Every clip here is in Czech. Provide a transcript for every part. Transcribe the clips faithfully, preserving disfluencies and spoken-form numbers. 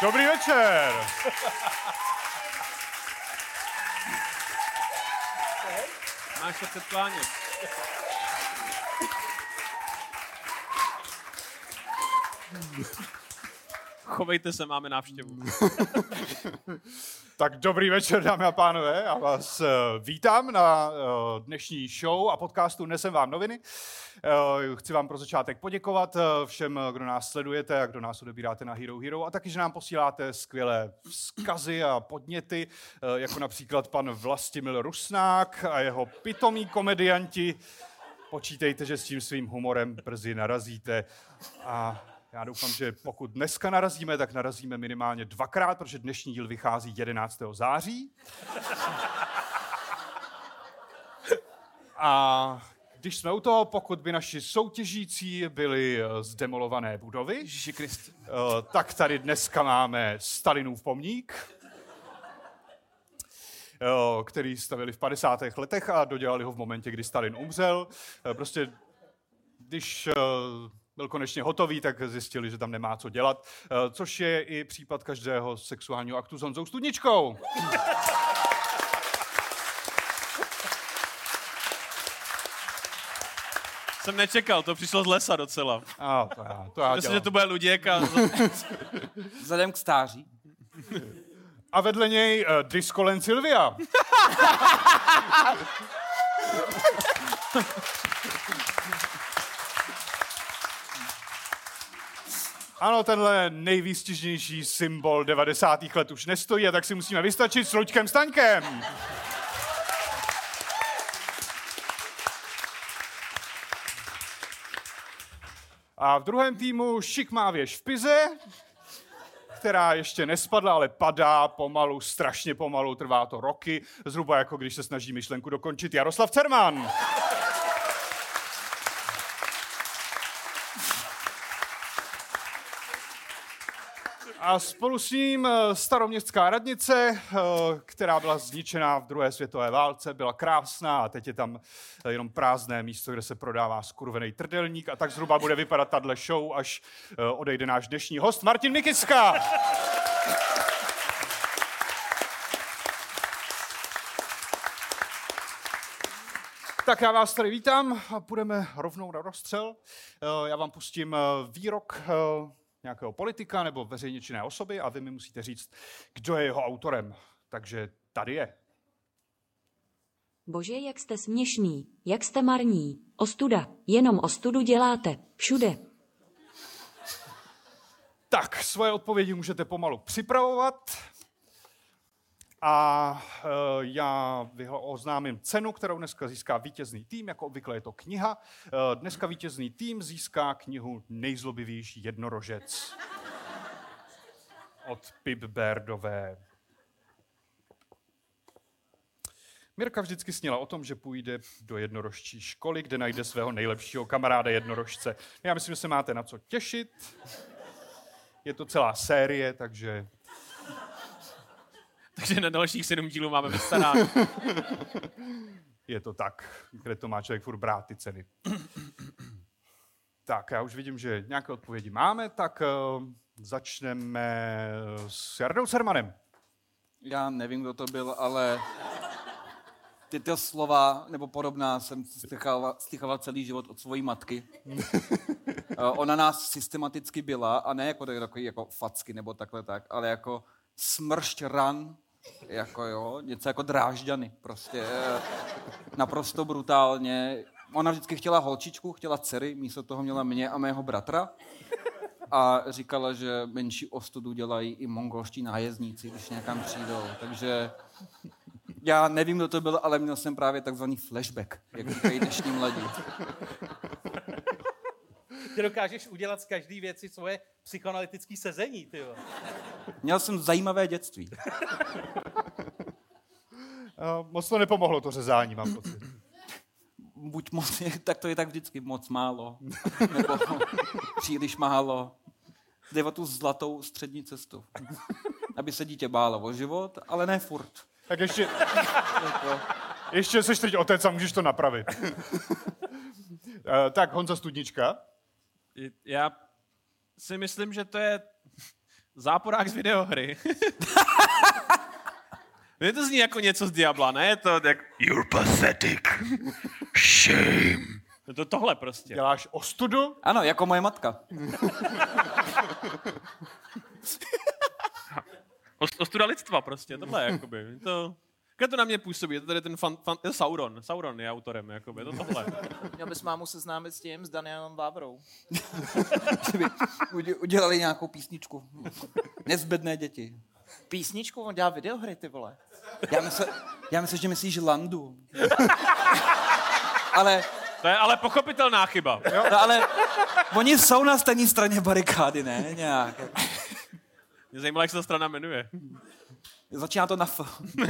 Dobrý večer. Máš to předklánět. Chovejte se, máme návštěvu. Tak dobrý večer, dámy a pánové. Já vás uh, vítám na uh, dnešní show a podcastu Nesem vám noviny. Uh, chci vám pro začátek poděkovat uh, všem, kdo nás sledujete a kdo nás odebíráte na Hero Hero a taky, že nám posíláte skvělé vzkazy a podněty, uh, jako například pan Vlastimil Rusnák a jeho pitomí komedianti. Počítejte, že s tím svým humorem brzy narazíte a já doufám, že pokud dneska narazíme, tak narazíme minimálně dvakrát, protože dnešní díl vychází jedenáctého září. A když jsme u toho, pokud by naši soutěžící byli z demolované budovy, Ježiši Krist. tak tady dneska máme Stalinův pomník, který stavili v padesátých letech a dodělali ho v momentě, kdy Stalin umřel. Prostě když byl konečně hotový, tak zjistili, že tam nemá co dělat, což je i případ každého sexuálního aktu s Honzou Studničkou. Jsem nečekal, to přišlo z lesa docela. A, to já, to já Myslím, že to bude Luděk a... Vzhledem k stáří. A vedle něj uh, Diskolen Silvia. Ano, tenhle nejvýstižnější symbol devadesátých let už nestojí, a tak si musíme vystačit s Luďkem Staňkem. A v druhém týmu šikmá věž v Pize, která ještě nespadla, ale padá pomalu, strašně pomalu, trvá to roky, zhruba jako když se snaží myšlenku dokončit Jaroslav Cerman. A spolu s ním staroměstská radnice, která byla zničená v druhé světové válce, byla krásná a teď je tam jenom prázdné místo, kde se prodává skurvený trdelník a tak zhruba bude vypadat tahle show, až odejde náš dnešní host Martin Mikycka. Tak já vás tady vítám a půjdeme rovnou na rozstřel. Já vám pustím výrok nějakého politika nebo veřejně činné osoby a vy mi musíte říct, kdo je jeho autorem. Takže tady je. Bože, jak jste směšný, jak jste marní. Ostuda, jenom ostudu děláte. Všude. Tak, svoje odpovědi můžete pomalu připravovat. A e, já oznámím cenu, kterou dneska získá vítězný tým. Jako obvykle je to kniha. E, dneska vítězný tým získá knihu Nejzlobivější jednorožec od Pip Bairdové. Mirka vždycky snila o tom, že půjde do jednorožčí školy, kde najde svého nejlepšího kamaráda jednorožce. Já myslím, že se máte na co těšit. Je to celá série, takže... Takže na dalších sedm dílů máme vystarání. Je to tak, kde to má člověk furt brát ty ceny. Tak, já už vidím, že nějaké odpovědi máme, tak uh, začneme s Jardou Cermanem. Já nevím, kdo to byl, ale tyto slova, nebo podobná, jsem slychala celý život od svojí matky. Ona nás systematicky byla, a ne jako takový jako facky nebo takhle tak, ale jako smršť ran, jako jo, něco jako Drážďany, prostě naprosto brutálně. Ona vždycky chtěla holčičku, chtěla dcery, místo toho měla mě a mého bratra a říkala, že menší ostudu dělají i mongolští nájezdníci, když někam přijdou, takže já nevím, kdo to byl, ale měl jsem právě takzvaný flashback, jak říkají dnešní mladí. Ty dokážeš udělat z každé věci svoje psychoanalytické sezení, ty jo. Měl jsem zajímavé dětství. Uh, moc to nepomohlo, to řezání, mám pocit. Buď moc, tak to je tak vždycky moc málo, nebo příliš málo. Jde o tu zlatou střední cestu. Aby se dítě bálo o život, ale ne furt. Tak ještě, ještě seš teď otec a můžeš to napravit. uh, tak, Honza Studnička. Já si myslím, že to je Záporák z videohry. Mně to zní jako něco z Diabla, ne? Je to tak... You're pathetic. Shame. Je to tohle prostě. Děláš ostudu? Ano, jako moje matka. Ostuda lidstva prostě, tohle je jakoby. To... Kde to na mě působí? To tady ten fan, fan, Sauron. Sauron je autorem, jakoby, to tohle. Měl bys mámu seznámit s tím, s Danielem Vávrou. Udělali nějakou písničku. Nezbedné děti. Písničku? On dělá videohry, ty vole. Já myslím, já myslím že myslíš Landu. ale, To je ale pochopitelná chyba. no, ale oni jsou na stejné straně barikády, ne? Nějak. Mě zajímalo, jak se ta strana jmenuje. Začíná to na F.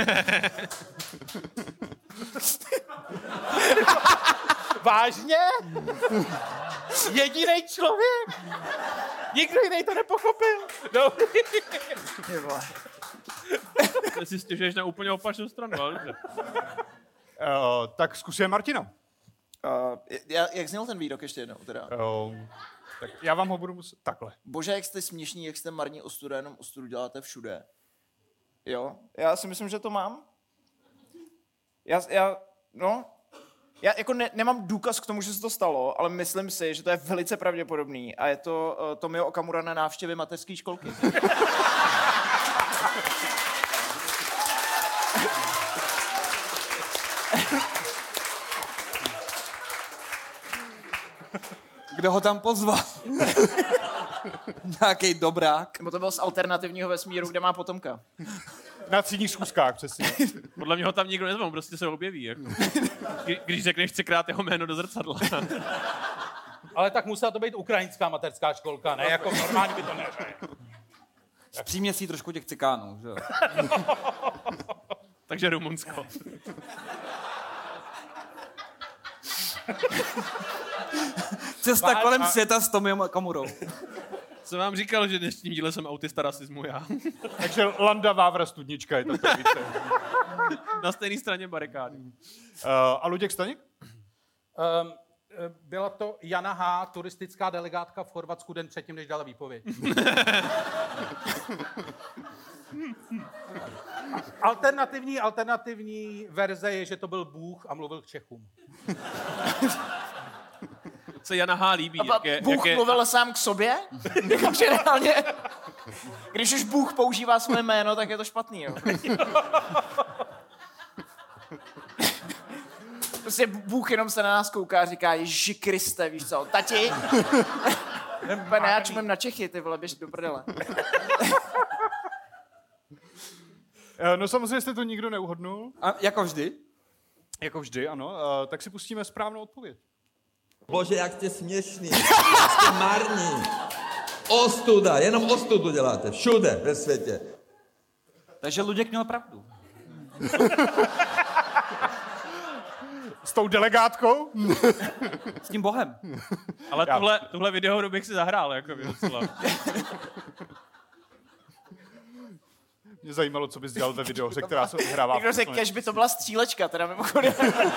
Vážně? Jedinej člověk? Nikdo jiný to nepochopil? No. Ty si stěžuješ na úplně opačnou stranu, ale dobře. Uh, tak zkusíme Martina. Uh, jak zněl ten výrok ještě jednou? Teda? Uh, tak já vám ho budu muset... Takhle. Bože, jak jste směšní, jak jste marní ostuda, jenom ostudu děláte všude. Jo, já si myslím, že to mám. Já, já no, já jako ne, nemám důkaz k tomu, že se to stalo, ale myslím si, že to je velice pravděpodobný a je to uh, Tomio Okamura na návštěvě mateřské školky. Kdo ho tam pozval? Nějaký dobrák. Nebo to byl z alternativního vesmíru, kde má potomka. Na třídních schůzkách, přesně. Podle mě ho tam nikdo nezval, prostě se objeví. Jako. Kdy, když řekneš třikrát jeho jméno do zrcadla. Ale tak musela to být ukrajinská mateřská školka, ne? Jako normálně by to neřekl. Z příměstí trošku těch cikánů, že jo? Takže Rumunsko. Cesta Váž- kolem a- světa s Tomiem Okamurou. Jsem vám říkal, že dnešním díle jsem autista rasismu já. Takže Landa Vávra Studnička je to to více. Na stejné straně barikády. Uh, a Luděk Staněk? Um, byla to Jana H., turistická delegátka v Chorvatsku den předtím, než dala výpověď. Alternativní, alternativní verze je, že to byl Bůh a mluvil k Čechům. Se Jana H. líbí. A Jak je, Bůh jak je, mluvil sám k sobě? Jakože reálně, když už Bůh používá svoje jméno, tak je to špatný, jo. Prostě Bůh jenom se na nás kouká a říká, Ježi Kriste, víš co, tati? Ne, já čumím na Čechy, ty vole, běž do prdele. No samozřejmě jste to nikdo neuhodnul, A jako vždy. jako vždy, ano. Uh, tak si pustíme správnou odpověď. Bože, jak jste směšný, jak jste marní. Ostuda, jenom ostudu děláte, všude ve světě. Takže Luděk měl pravdu. S tou delegátkou? S tím Bohem. ale Já- tuhle, tuhle videohru bych si zahrál, jako docela. Mě zajímalo, co bys dělal ve videohře, která se odehrává. Někdo řekl, že by to byla střílečka, teda mimochodem.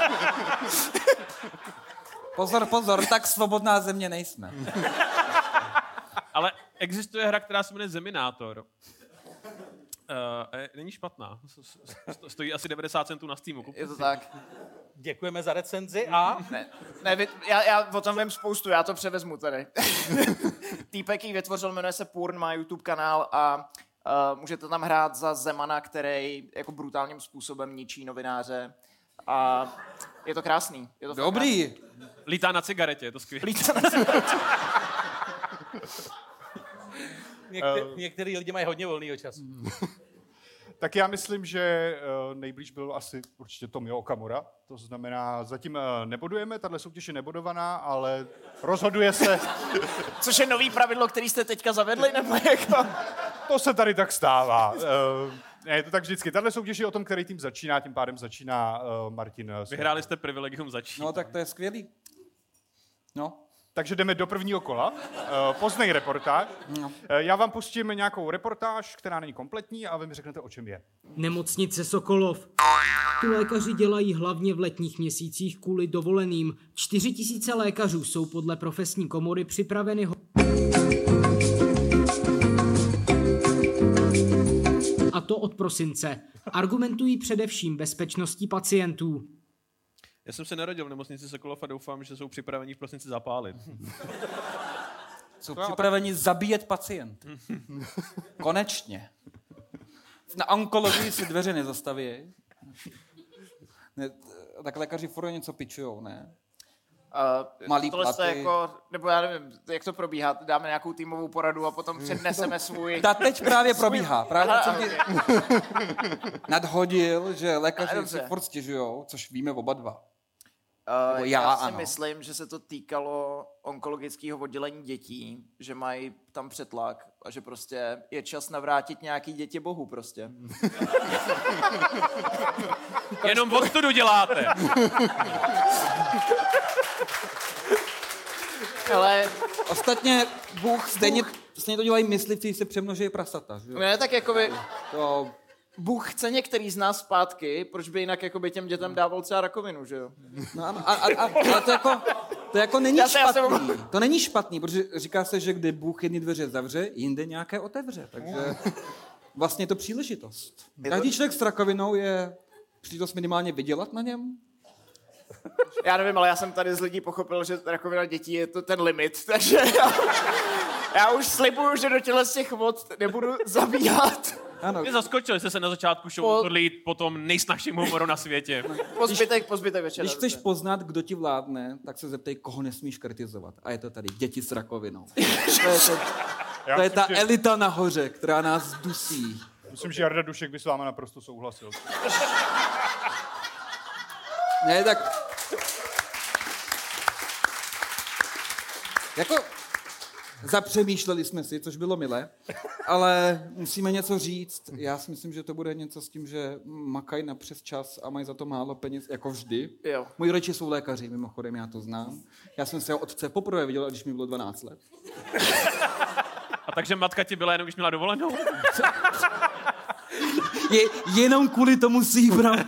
Pozor, pozor, tak svobodná země nejsme. Ale existuje hra, která se jmenuje Zeminátor. Uh, není špatná. Sto- Stojí asi devadesát centů na Steamu. Je to tak. Děkujeme za recenzi a... Ne, ne vy, já, já o tom vím spoustu, já to převezmu tady. Týpek ji vytvořil, jmenuje se Purn, má YouTube kanál a uh, můžete tam hrát za Zemana, který jako brutálním způsobem ničí novináře. A je to krásný. Je to fakt Dobrý. Lítá na cigaretě, je to skvělé. krásný. Některý, některý lidi mají hodně volného času. Tak já myslím, že uh, nejblíž byl asi určitě Tomio Okamura. To znamená, zatím uh, nebodujeme, tahle soutěž je nebodovaná, ale rozhoduje se. Což je nový pravidlo, který jste teďka zavedli, nebo jako... To se tady tak stává. Uh, ne, je to tak vždycky. Tahle soutěž je o tom, který tým začíná, tím pádem začíná uh, Martin. Uh, Vyhráli jste privilegium začít. No tak to je skvělý. No. Takže jdeme do prvního kola. Uh, Poznej reportáž. No. Uh, já vám pustím nějakou reportáž, která není kompletní a vy mi řeknete, o čem je. Nemocnice Sokolov. Tu lékaři dělají hlavně v letních měsících kvůli dovoleným. Čtyři tisíce lékařů jsou podle profesní komory připraveny ho... to od prosince. Argumentují především bezpečností pacientů. Já jsem se narodil v nemocnici Sokolov a doufám, že jsou připraveni v prosinci zapálit. Jsou připraveni zabíjet pacient. Konečně. Na onkologii si dveře nezastaví. Ne, tak lékaři furt něco pičujou, ne? Uh, Malý tohle platy. jako, nebo já nevím, jak to probíhá, dáme nějakou týmovou poradu a potom předneseme svůj... Ta teď právě probíhá. Právě Aha, jsem ti nadhodil, že A, lékaři si dobře. furt stěžujou, což víme oba dva. Uh, Nebo já, já, já si ano. myslím, že se to týkalo onkologického oddělení dětí, že mají tam přetlak a že prostě je čas navrátit nějaký děti Bohu prostě. Jenom ostudu děláte. Ale Ostatně Bůh stejně, stejně to dělají myslivci, když se přemnoží prasata. Že? ne, tak jakoby To, Bůh chce některý z nás zpátky, proč by jinak jakoby těm dětem dával třeba rakovinu, že jo? no, ano, a, a, a, ale to jako, to jako není Já se- já se špatný. To není špatný, protože říká se, že kde Bůh jedny dveře zavře, jinde nějaké otevře. Takže vlastně je to příležitost. Každý člověk s rakovinou je příležitost minimálně vydělat na něm. Já nevím, ale já jsem tady z lidí pochopil, že rakovina dětí je to ten limit, takže já, já už slibuju, že do těchto z těch vod nebudu zabíhat. Ano, Mě zaskočili jste se na začátku show Po- odhodli jít po tom nejsnažším humoru na světě. Po zbytek, po zbytek večera. když chceš poznat, kdo ti vládne, tak se zeptej, koho nesmíš kritizovat. A je to tady děti s rakovinou. To je, to, Já to je myslím, ta že- elita nahoře, která nás dusí. Myslím, že Jarda Dušek by s vámi naprosto souhlasil. Ne, tak... Jako... Zapřemýšleli jsme si, což bylo milé, ale musíme něco říct. Já si myslím, že to bude něco s tím, že makají na přes čas a mají za to málo peněz, jako vždy. Jo. Moji rodiče jsou lékaři, mimochodem, já to znám. Já jsem svého otce poprvé viděl, když mi bylo dvanáct let. A takže matka ti byla jenom, když měla dovolenou? Je, jenom kvůli tomu si ji brala.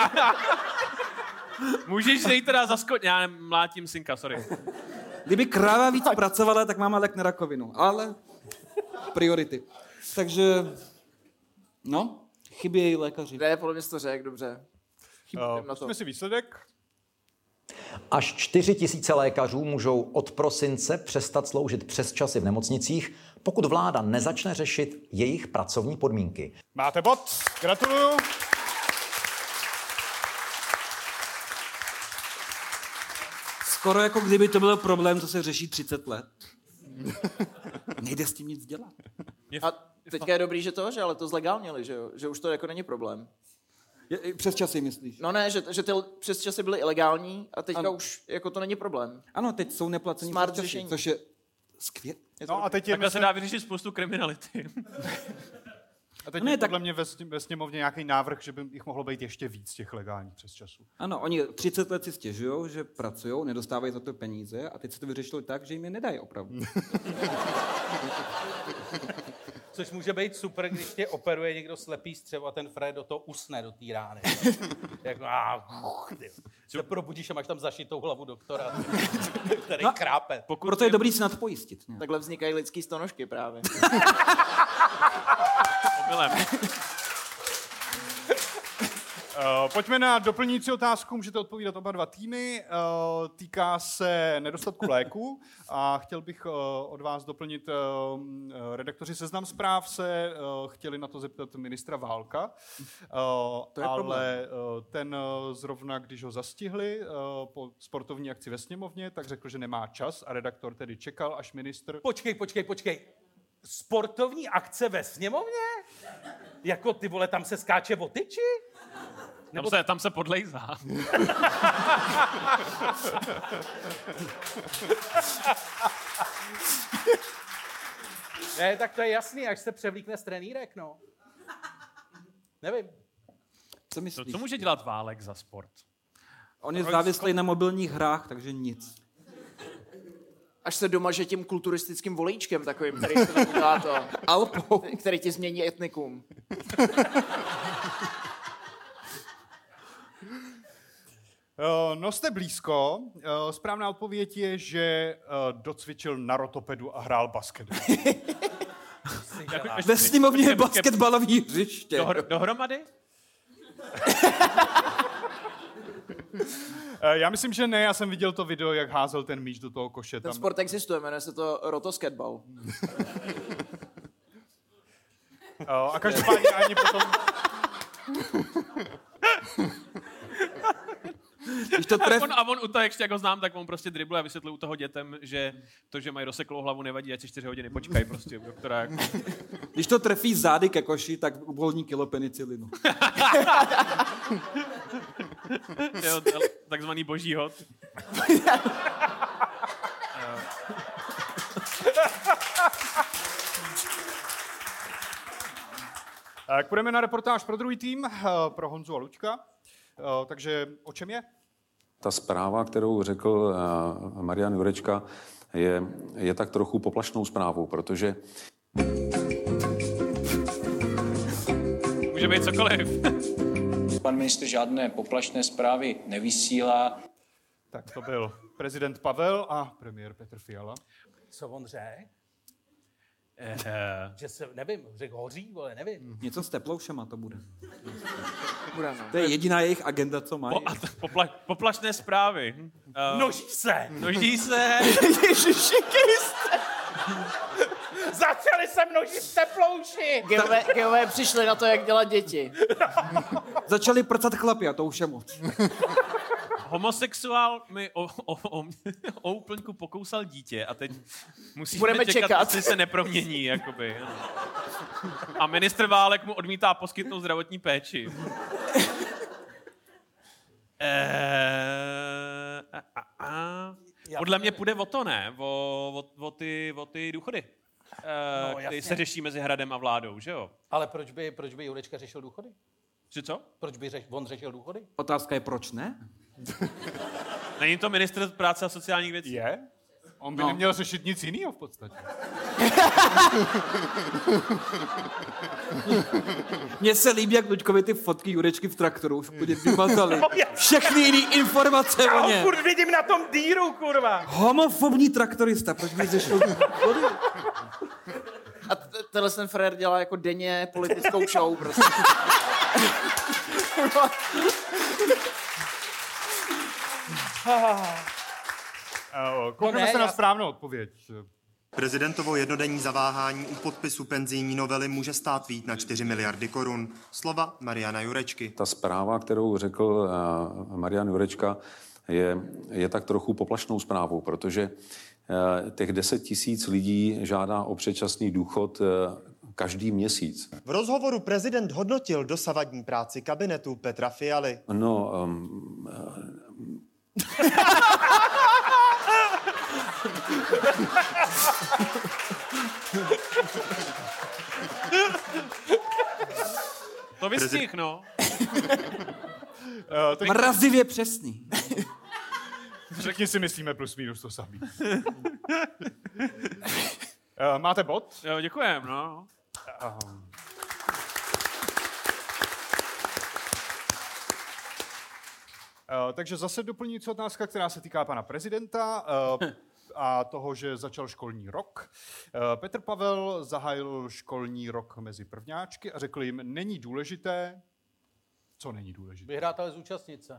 Můžeš se jí teda zaskočit. Já mlátím synka, sorry. Kdyby kráva víc pracovala, tak máma lék na rakovinu. Ale priority. Takže, no, chybějí lékaři. Ne, podle mě jsi to řekl, dobře. Uh, na to. pustíme si výsledek. Až čtyři tisíce lékařů můžou od prosince přestat sloužit přesčasy v nemocnicích, pokud vláda nezačne řešit jejich pracovní podmínky. Máte bod, gratuluju. Skoro jako kdyby to byl problém, co se řeší třicet let. Nejde s tím nic dělat. A teďka je dobrý, že to, že ale to zlegálnili, že jo? Že už to jako není problém. Je, přes časy myslíš? No ne, že, že ty přes časy byly ilegální a teďka Ano. už jako to není problém. Ano, teď jsou neplacení Smart přesčasy, řešení. což je skvělé. No a teď je, Takhle se myslím, dá vyřešit spoustu kriminality. a teď Ne, je tak- podle mě ve, sně- ve sněmovně nějaký návrh, že by jich mohlo být ještě víc těch legálních přesčasů. Ano, oni třicet let si stěžují, že pracují, nedostávají za to peníze a teď se to vyřešilo tak, že jim je nedají opravdu. Což může být super, když tě operuje někdo slepý střevo a ten Fred do toho usne do té rány. Jako, a, ty. Se probudíš a máš tam zašitou hlavu doktora, který No. krápe. Pokud Proto je dobrý si nadpojistit. Ne? Takhle vznikají lidský stonožky právě. Omylem. Uh, pojďme na doplňující otázku, můžete odpovídat oba dva týmy. Uh, týká se nedostatku léku a chtěl bych uh, od vás doplnit, uh, redaktoři Seznam zpráv se uh, chtěli na to zeptat ministra Válka, uh, je ale uh, ten uh, zrovna, když ho zastihli uh, po sportovní akci ve sněmovně, tak řekl, že nemá čas a redaktor tedy čekal, až ministr... Počkej, počkej, počkej. Sportovní akce ve sněmovně? Jako ty vole, tam se skáče o tyči? Tam se, tam se podlejzá. Ne, tak to je jasný, až se převlíkne z trenýrek, no. Nevím. Co Co, myslíš? co může dělat Válek za sport? On je závislý na mobilních hrách, takže nic. Až se domaže tím kulturistickým volejčkem takovým, který, to tak dělá to, Alpou. který ti změní etnikum. Uh, no jste blízko. Uh, správná odpověď je, že uh, docvičil na rotopedu a hrál basketbal. Ve sněmovně je basketbalový hřiště. Dohr- dohromady? Já myslím, že ne, já jsem viděl to video, jak házel ten míč do toho koše. Ten Tam... sport existuje, jmenuje se to rotosketbal. A každopádně ani potom... Když to tref... a, on, a on u toho, jak ho znám, tak on prostě dribluje a vysvětluje u toho dětem, že to, že mají rozseklou hlavu, nevadí, ať si čtyři hodiny počkají prostě, doktora. Jako... Když to trefí zády ke koši, tak uvolní kilo penicilinu. Jo, takzvaný boží hod. Tak půjdeme na reportáž pro druhý tým, pro Honzu a Luďka. Takže o čem je? Ta zpráva, kterou řekl Marian Jurečka, je, je tak trochu poplašnou zprávou, protože... Může být cokoliv. Pan ministr žádné poplašné zprávy nevysílá. Tak to byl prezident Pavel a premiér Petr Fiala. Co on řekl? Eh. Že se, nevím, řekl hoří, ale nevím. Něco s teploušema to bude. Bude, no. To je jediná jejich agenda, co mají. Po, a to, popla, poplašné zprávy. Uh, Množí se! Množí se! Ježiši Kriste! Začali se množit teplouši! Geové, geové přišli na to, jak dělat děti. Začali prcat chlapi a to už je moc. Homosexuál mi o, o, o, o úplňku pokousal dítě a teď musíme Budeme čekat, čekat. jestli se nepromění. Jakoby. A ministr Válek mu odmítá poskytnout zdravotní péči. Eee, a, a, a. Podle mě půjde o to, ne? O, o, o, ty, o ty důchody, eee, No, které jasně. se řeší mezi Hradem a vládou, že jo? Ale proč by, proč by Jurečka řešil důchody? Že co? Proč by řeš, on řešil důchody? Otázka je, proč ne? Není to ministr práce a sociálních věcí? Je? On by No. neměl řešit nic jiného v podstatě. Mně se líbí, jak Luďkovi ty fotky Jurečky v traktoru už úplně vymazali. Všechny jiný informace o Já něm. furt vidím na tom dýru, kurva! Homofobní traktorista, proč by řešil důchody? A t- tenhle ten frér dělá jako denně politickou show, prostě. Koukneme ne, se na já- správnou odpověď. Prezidentovo jednodenní zaváhání u podpisu penzijní novely může stát víc na čtyři miliardy korun. Slova Mariana Jurečky. Ta zpráva, kterou řekl Marian Jurečka, je, je tak trochu poplašnou zprávou, protože těch deset tisíc lidí žádá o předčasný důchod každý měsíc. V rozhovoru prezident hodnotil dosavadní práci kabinetu Petra Fialy. No, um, To vystih, no. Uh, teď Mrazivě přesný. řekni si, myslíme plus minus to samý. uh, máte bod? Jo, děkujem, no. Uh, Uh, takže zase doplňující otázka, která se týká pana prezidenta uh, a toho, že začal školní rok. Uh, Petr Pavel zahájil školní rok mezi prvňáčky a řekl jim, není důležité, co není důležité. Vyhrát, ale zúčastnit se.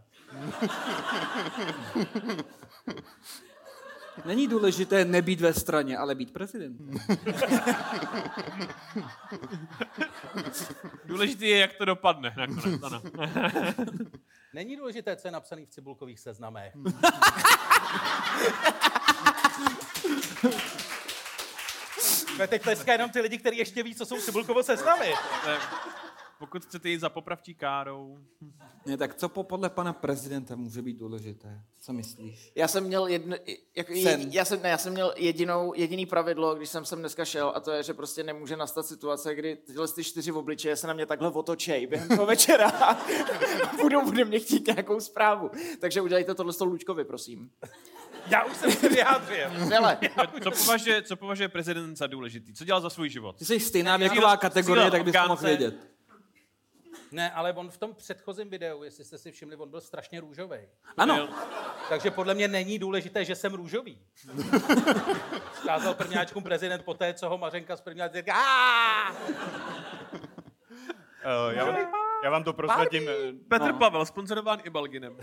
Není důležité nebýt ve straně, ale být prezidentem. Důležitý je, jak to dopadne nakonec. Ano. Není důležité, co je napsané v cibulkových seznamech. Teď tleska jenom ty lidi, kteří ještě ví, co jsou cibulkovo seznamy. Pokud chcete jít za popravčí károu. Ne, tak co po, podle pana prezidenta může být důležité? Co myslíš? Já jsem měl jedno, jako, Sen. jed, já jsem, ne, já jsem měl jedinou, jediný pravidlo, když jsem sem dneska šel, a to je, že prostě nemůže nastat situace, kdy tyhle ty čtyři obličeje se na mě takhle otočej během toho večera a budou bude mě chtít nějakou zprávu. Takže udělejte tohle s Lučkovi, prosím. Já už jsem se vyjádřil. Hele. Co považuje, co považuje prezident za důležitý? Co dělal za svůj život? Ty jsi stejná věková kategorie, tak bys to mohl vědět. Ne, ale on v tom předchozím videu, jestli jste si všimli, on byl strašně růžovej. Ano. Takže podle mě není důležité, že jsem růžový. Skázal prvňáčkům prezident po té, co ho Mařenka z prvňáčku říká Uh, já, vám, já vám to prozradím. Petr no. Pavel, sponzorován i Balginem.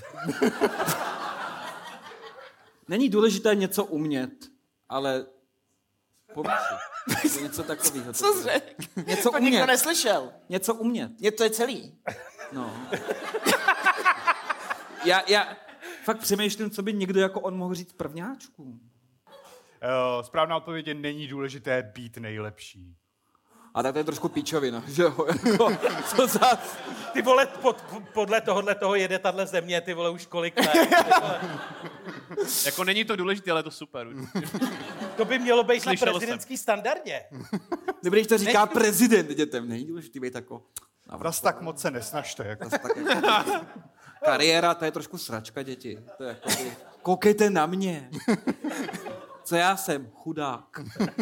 Není důležité něco umět, ale povíš něco takového. Co jsi řekl? Něco to umět. nikdo neslyšel. Něco umět. Je to je celý. No. já, já fakt přemýšlím, co by někdo jako on mohl říct prvňáčkům. Uh, správná odpověď je, není důležité být nejlepší. A tak to je trošku píčovina, že jo? Jako, co za... Ty vole, pod, podle tohohle toho jede tahle země, ty vole, už kolik let. Jako není to důležité, ale je to super. To by mělo být Slyšel na prezidentský jsem. standardě. Nebo když to říká není... prezident dětem, není důležitý být jako... Zas tak moc se nesnažte. Jako. Tak jako... Kariéra, to je trošku sračka, děti. To je jako... Koukejte na mě. Co já jsem? Chudák.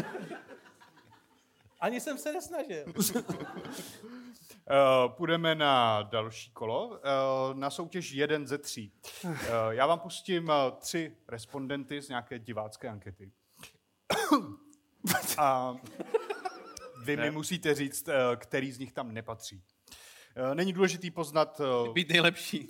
Ani jsem se nesnažil. Uh, půjdeme na další kolo, uh, na soutěž jeden ze tří. Uh, já vám pustím uh, tři respondenty z nějaké divácké ankety. A vy mi musíte říct, uh, který z nich tam nepatří. Uh, není důležitý poznat... Uh, Být nejlepší.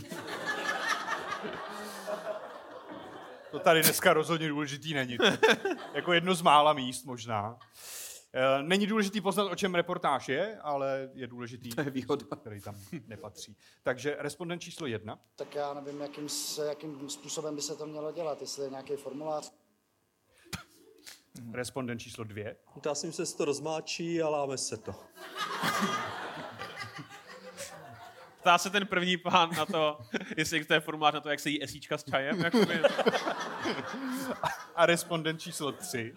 To tady dneska rozhodně důležitý není. Jako jedno z mála míst možná. Není důležitý poznat, o čem reportáž je, ale je důležitý, to je výhoda, který tam nepatří. Takže respondent číslo jedna. Tak já nevím, jakým, jakým způsobem by se to mělo dělat, jestli je nějaký formulář. Respondent číslo dvě. Já si myslím, že se to rozmáčí a láme se to. Ptá se ten první pán na to, jestli to je formulář na to, jak se jí esíčka s čajem. Jakoby. A respondent číslo tři.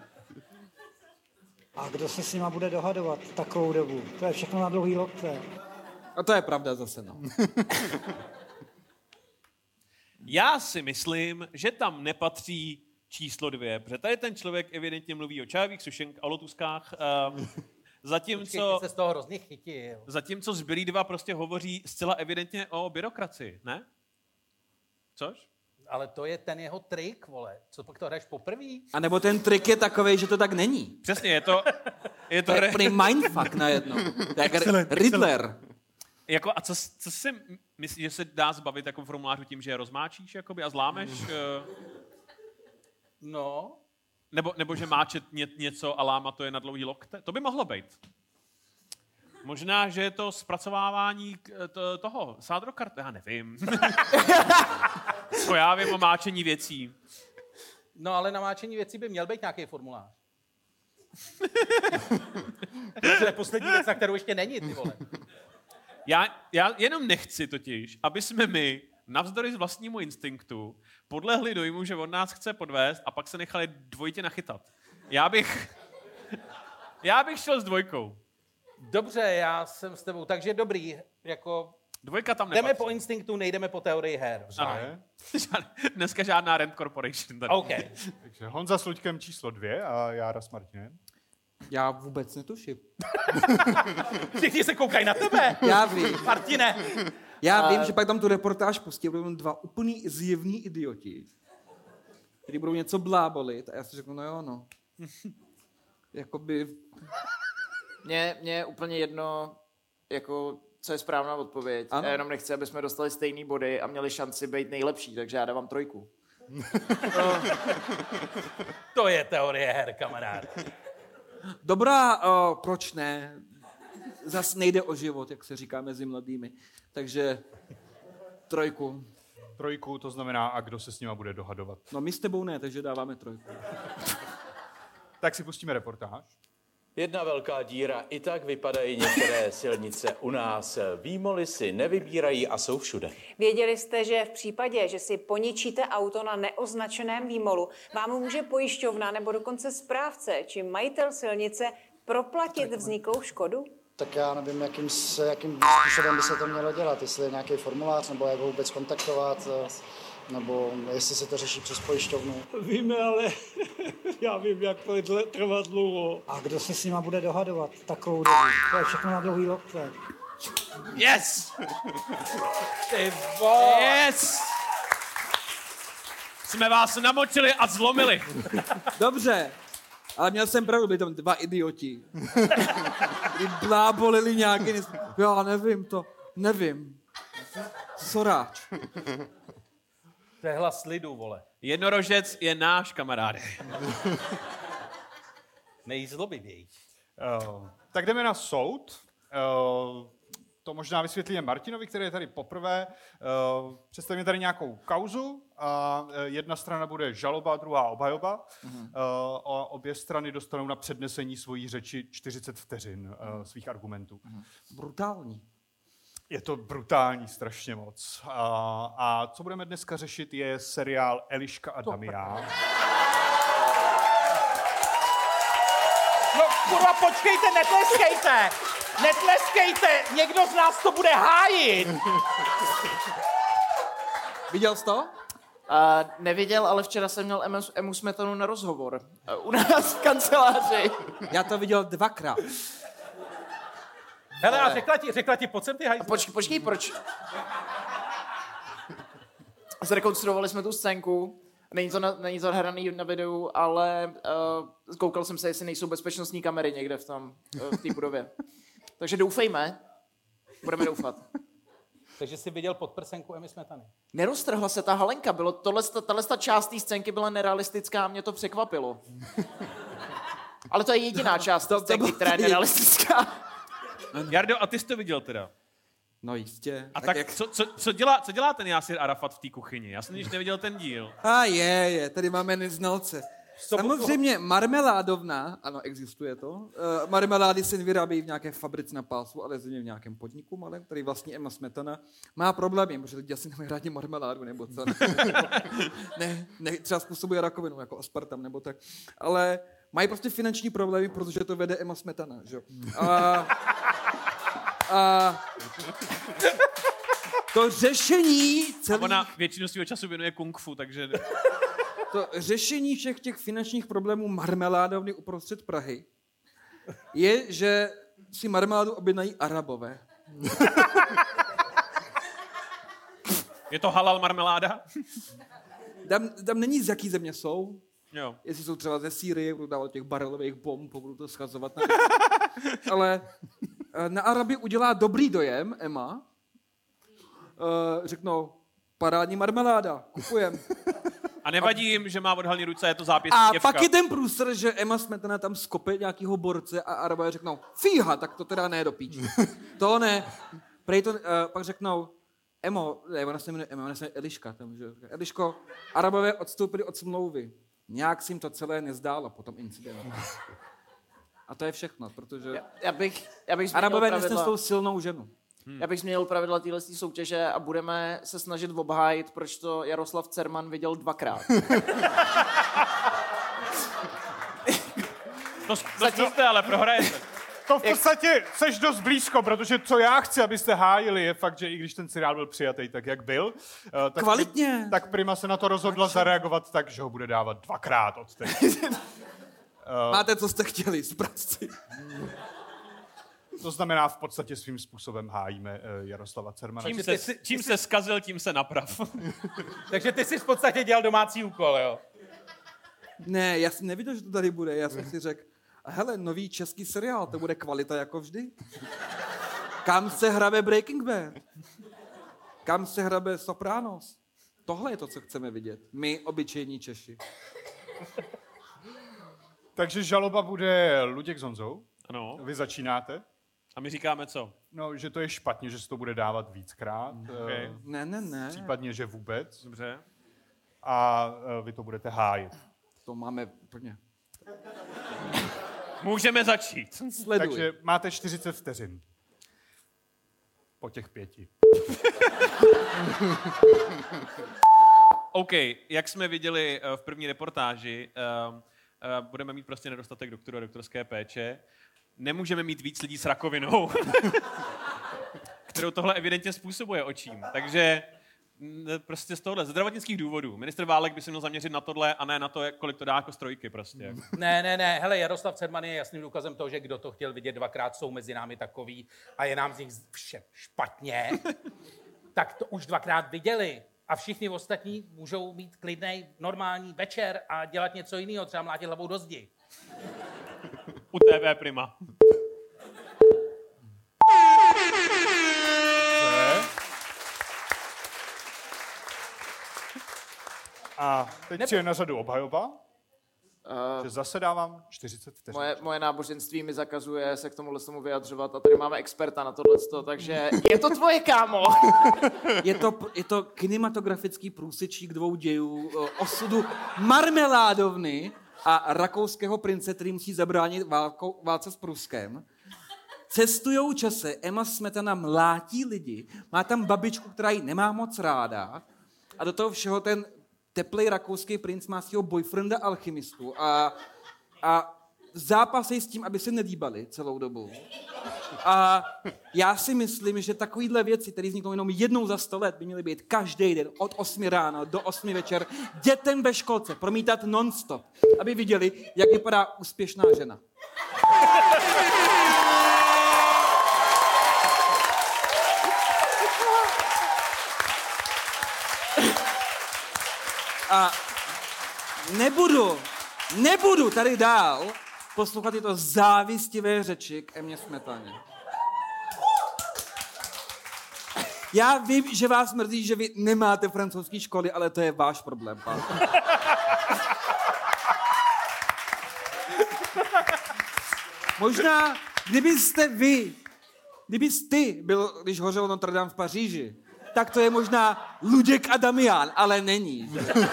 A kdo se s nima bude dohadovat takovou dobu? To je všechno na dlouhý lokte. A to je pravda zase, no. Já si myslím, že tam nepatří číslo dvě, protože tady ten člověk evidentně mluví o čajových sušenkách, o lotuskách, uh, zatímco, se z toho hrozně chytil. zatímco zbylí dva prostě hovoří zcela evidentně o byrokracii, ne? Což? Ale to je ten jeho trik, vole. Co pak to hraješ poprvý? A nebo ten trik je takovej, že to tak není. Přesně, je to... Je to, to je re... úplný mindfuck najednou. Jak Riddler. Jako, a co, co si myslíš, že se dá zbavit jako formulářu tím, že je rozmáčíš jakoby, a zlámeš? Uh... No. Nebo, nebo že máčet ně, něco a láma to je na dlouhý lokte? To by mohlo být. Možná, že je to zpracovávání to, toho sádrokartu, já nevím. Co já vím o máčení věcí. No ale na máčení věcí by měl být nějaký formulář. To je poslední věc, na kterou ještě není, ty vole. Já, já jenom nechci totiž, aby jsme my, navzdory vlastnímu instinktu, podlehli dojmu, že on nás chce podvést a pak se nechali dvojitě nachytat. Já bych... Já bych šel s dvojkou. Dobře, já jsem s tebou, takže dobrý, jako... Dvojka tam nepatří. Jdeme po instinktu, nejdeme po teorii her. Ano. Dneska žádná Rent Corporation. Tady. OK. Takže Honza s Luďkem číslo dvě a Jára s Martinem. Já vůbec netuším. Všichni se koukají na tebe. Já vím. Martine. Já A... vím, že pak tam tu reportáž pustí, budou dva úplný zjevný idioti, kteří budou něco blábolit a já si řeknu, no jo, no. Jakoby... Mně, mně je úplně jedno, jako, co je správná odpověď. Ano. Já jenom nechci, aby jsme dostali stejný body a měli šanci být nejlepší, takže já dávám trojku. No. To je teorie her, kamarád. Dobrá, o, proč ne? Zas nejde o život, jak se říká mezi mladými. Takže trojku. Trojku, to znamená, a kdo se s nima bude dohadovat? No my s tebou ne, takže dáváme trojku. Tak si pustíme reportáž. Jedna velká díra, i tak vypadají některé silnice u nás. Výmoly si nevybírají a jsou všude. Věděli jste, že v případě, že si poničíte auto na neoznačeném výmolu, vám může pojišťovna nebo dokonce správce či majitel silnice proplatit vzniklou škodu? Tak já nevím, jakým, jakým způsobem by se to mělo dělat, jestli je nějaký formulář, nebo jak ho vůbec kontaktovat, nebo jestli se to řeší přes pojišťovnu. Víme, ale já vím, jak to trvá dlouho. A kdo se s nima bude dohadovat takovou dobu? To je všechno na dlouhý lokte. Yes! Ty vole. Yes! Jsme vás namočili a zlomili. Dobře, ale měl jsem pravdu, byli tam dva idioti. Kdy blábolili nějaký... Já nevím to, nevím. Soráč. To je hlas lidu, vole. Jednorožec je náš kamarád. Nejzlobivější. Uh, tak jdeme na soud. Uh, to možná vysvětlíme Martinovi, který je tady poprvé. Uh, představíme tady nějakou kauzu a uh, jedna strana bude žaloba, druhá obhajoba. Uh, a obě strany dostanou na přednesení svojí řeči čtyřicet vteřin uh, svých argumentů. Brutální. Je to brutální strašně moc. Uh, a co budeme dneska řešit, je seriál Eliška a Damián. No kurva, počkejte, netleskejte! Netleskejte! Někdo z nás to bude hájit! Viděl jsi to? Uh, neviděl, ale včera jsem měl Emu, Emu Smetanu na rozhovor. Uh, u nás v kanceláři. Já to viděl dvakrát. Hele, a řekla ti, řekla ti, pojď sem ty hajzle. Počkej, počkej, proč? Zrekonstruovali jsme tu scénku. Není to, na, není to hraný na videu, ale uh, koukal jsem se, jestli nejsou bezpečnostní kamery někde v tom, uh, v té budově. Takže doufejme. Budeme doufat. Takže jsi viděl podprsenku Emy Smetany. Neroztrhla se ta halenka. Bylo tohle, tahle část té scénky byla nerealistická a mě to překvapilo. Ale to je jediná část té scénky, která je nerealistická. Jardo, a ty jsi to viděl teda? No jistě. A tak, tak jak... co, co, co, dělá, co dělá ten Jásir Arafat v té kuchyni? Já jsem již neviděl ten díl. A je, je, tady máme neznalce. Samozřejmě marmeládovna, ano, existuje to. Uh, marmelády se vyrábějí v nějaké fabrice na pásu, ale zřejmě v nějakém podniku malém, který vlastní Ema Smetana. Má problémy, protože lidi asi nemají rádi marmeládu, nebo co. ne, ne, třeba způsobuje rakovinu, jako aspartam, nebo tak. Ale mají prostě finanční problémy, protože to vede Ema Smetana, že jo. A... A to řešení... Celý... A ona většinu svého času věnuje kung fu, takže... To řešení všech těch finančních problémů marmeládovny uprostřed Prahy je, že si marmeládu objednají Arabové. Je to halal marmeláda? Tam, tam není, z jaký země jsou. Jo. Jestli jsou třeba ze Sýrie, budou dávat těch barelových bomb, budou to schazovat. Na... Ale na Araby udělá dobrý dojem, Emma. Uh, řeknou, parádní marmeláda, kupujem. A nevadí jim, že má odhalný ruce, je to zápěstí A děvka. pak je ten průser, že Ema Smetana tam skope nějakýho borce a Arabové řeknou, fíha, tak to teda ne do píči. To ne. Prej to, uh, pak řeknou, Emo, ne, ona se jmenuje Ema, ona se jmenuje Eliška. Tam, že? Eliško, Arabové odstoupili od smlouvy. Nějak si jim to celé nezdálo po tom incidentu. A to je všechno, protože Já, já bych, já bych Arabové pravidla... nesnesou silnou ženu. Hmm. Já bych změnil pravidla téhle soutěže a budeme se snažit obhájit, proč to Jaroslav Cerman viděl dvakrát. To zkuste, ale prohrajete. To v podstatě seš dost blízko, protože co já chci, abyste hájili, je fakt, že i když ten seriál byl přijatý tak, jak byl, tak, kvalitně. tak Prima se na to rozhodla zareagovat tak, že ho bude dávat dvakrát od teď. Máte, co jste chtěli, zpracci. To znamená, v podstatě svým způsobem hájíme Jaroslava Cermana. Čím se, čím se zkazil, tím se naprav. Takže ty jsi v podstatě dělal domácí úkol, jo? Ne, já jsem neviděl, že to tady bude. Já jsem si řekl, hele, nový český seriál, to bude kvalita jako vždy. Kam se hrabe Breaking Bad? Kam se hrabe Sopranos? Tohle je to, co chceme vidět. My, obyčejní Češi. Takže žaloba bude Luděk s Honzou. Ano. Vy začínáte. A my říkáme co? No, že to je špatně, že se to bude dávat víckrát. Okay. Uh, ne, ne, ne. Případně, že vůbec. Dobře. A uh, vy to budete hájit. To máme plně. Můžeme začít. Sleduj. Takže máte čtyřicet vteřin. Po těch pěti. OK, jak jsme viděli v první reportáži, uh, uh, budeme mít prostě nedostatek doktorů a doktorské péče. Nemůžeme mít víc lidí s rakovinou, kterou tohle evidentně způsobuje očím. Takže prostě z tohohle, z zdravotnických důvodů. Ministr Válek by se měl zaměřit na tohle a ne na to, jak, kolik to dá jako strojky prostě. Ne, ne, ne, hele, Jaroslav Cerman je jasným důkazem toho, že kdo to chtěl vidět dvakrát, jsou mezi námi takový a je nám z nich vše špatně, tak to už dvakrát viděli. A všichni ostatní můžou mít klidný, normální večer a dělat něco jiného, třeba mlátit hlavou do zdi. U T V Prima. A teď je na řadu obhajoba, Uh, že zase dávám čtyřicet vteřin. moje, moje náboženství mi zakazuje se k tomuhle tomu vyjadřovat a tady máme experta na tohleto, takže je to tvoje, kámo. Je to, je to kinematografický průsečík dvou dějů osudu marmeládovny a rakouského prince, který musí zabránit válkou, válce s Pruskem. Cestujou čase, Emma Smetana mlátí lidi, má tam babičku, která ji nemá moc ráda a do toho všeho ten teplej rakouský princ má svého boyfrienda alchymistu a, a zápasej s tím, aby se nedýbali celou dobu. A já si myslím, že takovýhle věci, které vzniknou jenom jednou za sto let, by měly být každý den od osmi ráno do osmi večer dětem ve školce promítat non-stop, aby viděli, jak vypadá úspěšná žena. A nebudu, nebudu tady dál poslouchat tyto závistivé řeči k Emě Smetaně. Já vím, že vás mrzí, že vy nemáte francouzské školy, ale to je váš problém, pán. Možná, kdybyste vy, kdybyste ty byl, když hořel Notre Dame v Paříži, tak to je možná Luděk a Damián, ale není.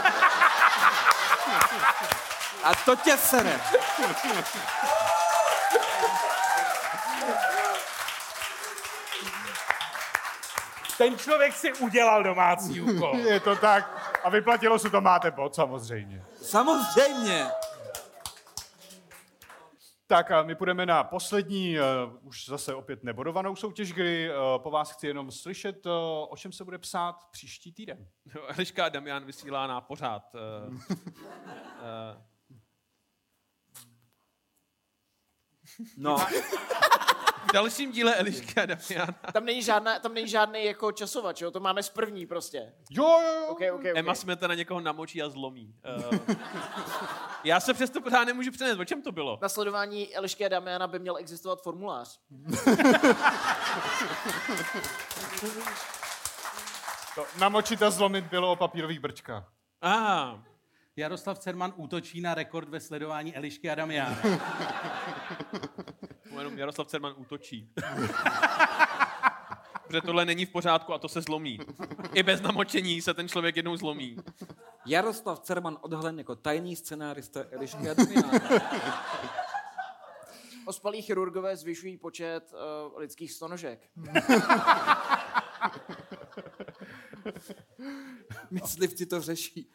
A to tě sere. Ten člověk si udělal domácí úkol. Je to tak. A vyplatilo se to, máte bod, samozřejmě. Samozřejmě. Tak a my půjdeme na poslední, uh, už zase opět nebodovanou soutěž, kdy uh, po vás chci jenom slyšet, uh, o čem se bude psát příští týden. Eliška a Damian vysílá na pořád. Uh, uh. No. V dalším díle Elišky a Damiana. Tam není, žádná, tam není žádný jako časovač, jo? To máme z první prostě. Jo, jo, jo. Okay, okay, Emma okay. Smeta na někoho namočí a zlomí. Uh, já se přesto pořád nemůžu přenést. O čem to bylo? Na sledování Elišky a Damiana by měl existovat formulář. To namočit a zlomit bylo o papírových brčkách. Ah. Jaroslav Cerman útočí na rekord ve sledování Elišky a Damiana. Jenom Jaroslav Cerman útočí. Protože tohle není v pořádku a to se zlomí. I bez namočení se ten člověk jednou zlomí. Jaroslav Cerman odhalen jako tajný scenárista Elišky a Damiana. Ospalí chirurgové zvyšují počet uh, lidských stonožek. Myslivci to řeší.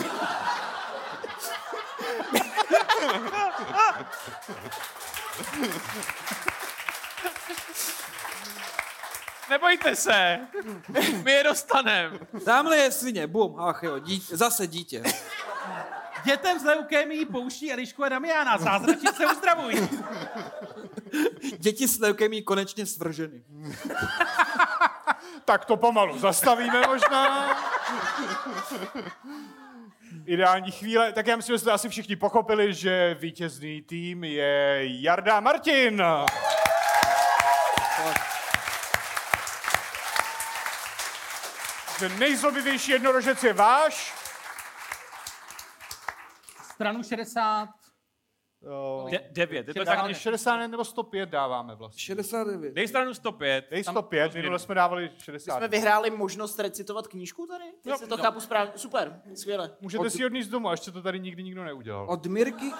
Nebojte se, my je dostaneme. Tamhle je svině, bum, ach jo, dítě, zase dítě. Dětem z leukémií pouští Elišku a Damiana, zázračně se uzdravují. Děti s leukémií konečně svrženy. Tak to pomalu zastavíme možná. Ideální chvíle. Tak já myslím, že jste asi všichni pochopili, že vítězný tým je Jarda a Martin. Že nejzlobivější jednorožec je váš. Stranu šedesát. De- devět. Je to Tak tak, šedesát nebo sto pět dáváme vlastně. šedesát devět. dej stranu sto pět. Dej sto pět, minule jsme dávali My šedesát. jsme vyhráli možnost recitovat knížku tady? Jo, Jestli to no. chápu správně. Super, skvěle. Můžete Od- si odníst domů, a ještě to tady nikdy nikdo neudělal. Od Mirky...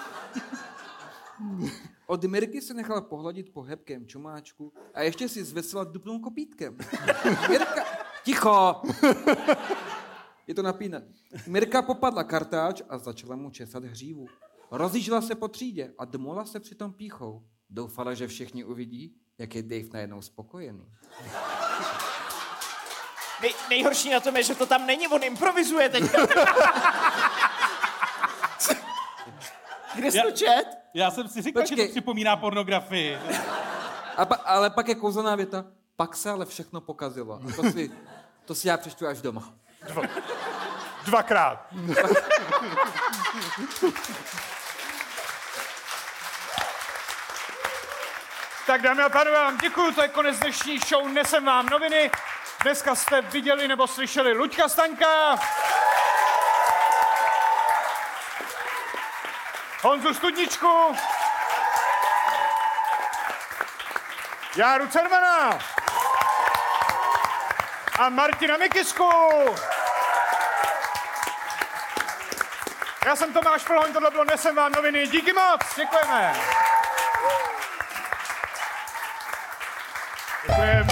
Od Mirky se nechala pohladit po hebkém čumáčku a ještě si zvesela dupnou kopítkem. Mirka... Ticho! Je to napínat. Mirka popadla kartáč a začala mu česat hřívu. Rozjížděla se po třídě a dmola se přitom píchou. Doufala, že všichni uvidí, jak je Dave najednou spokojený. Nej, nejhorší na tom je, že to tam není, on improvizuje teďka. Kde jsi to čet? Já jsem si říkal, Počkej. že to připomíná pornografii. A pa, ale pak je kouzelná věta, pak se ale všechno pokazilo. A to si, to si já přečtu až doma. Dva. Dvakrát. Tak dámy a pánové, já vám děkuju, to je konec dnešní show Nesem vám noviny. Dneska jste viděli nebo slyšeli Luďka Staňka, Honzu Studničku, Járu Cermana a Martina Mikisku. Já jsem Tomáš Plhoň, tohle bylo Nesem vám noviny. Díky moc, děkujeme. Děkujeme.